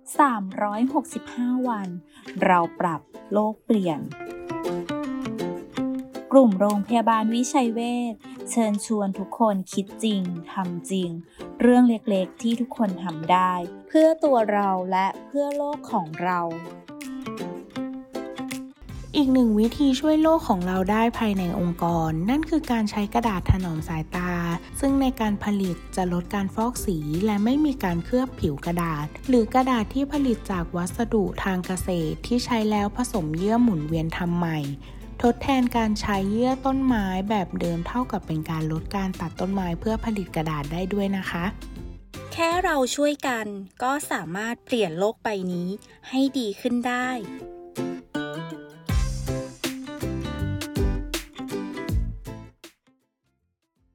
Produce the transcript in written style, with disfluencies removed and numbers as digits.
365 วันเราปรับโลกเปลี่ยนกลุ่มโรงพยาบาลวิชัยเวชเชิญชวนทุกคนคิดจริงทำจริงเรื่องเล็กๆที่ทุกคนทำได้เพื่อตัวเราและเพื่อโลกของเราอีกหนึ่งวิธีช่วยโลกของเราได้ภายในองค์กรนั่นคือการใช้กระดาษถนอมสายตาซึ่งในการผลิตจะลดการฟอกสีและไม่มีการเคลือบผิวกระดาษหรือกระดาษที่ผลิตจากวัสดุทางเกษตรที่ใช้แล้วผสมเยื่อหมุนเวียนทำใหม่ทดแทนการใช้เยื่อต้นไม้แบบเดิมเท่ากับเป็นการลดการตัดต้นไม้เพื่อผลิตกระดาษได้ด้วยนะคะแค่เราช่วยกันก็สามารถเปลี่ยนโลกใบนี้ให้ดีขึ้นได้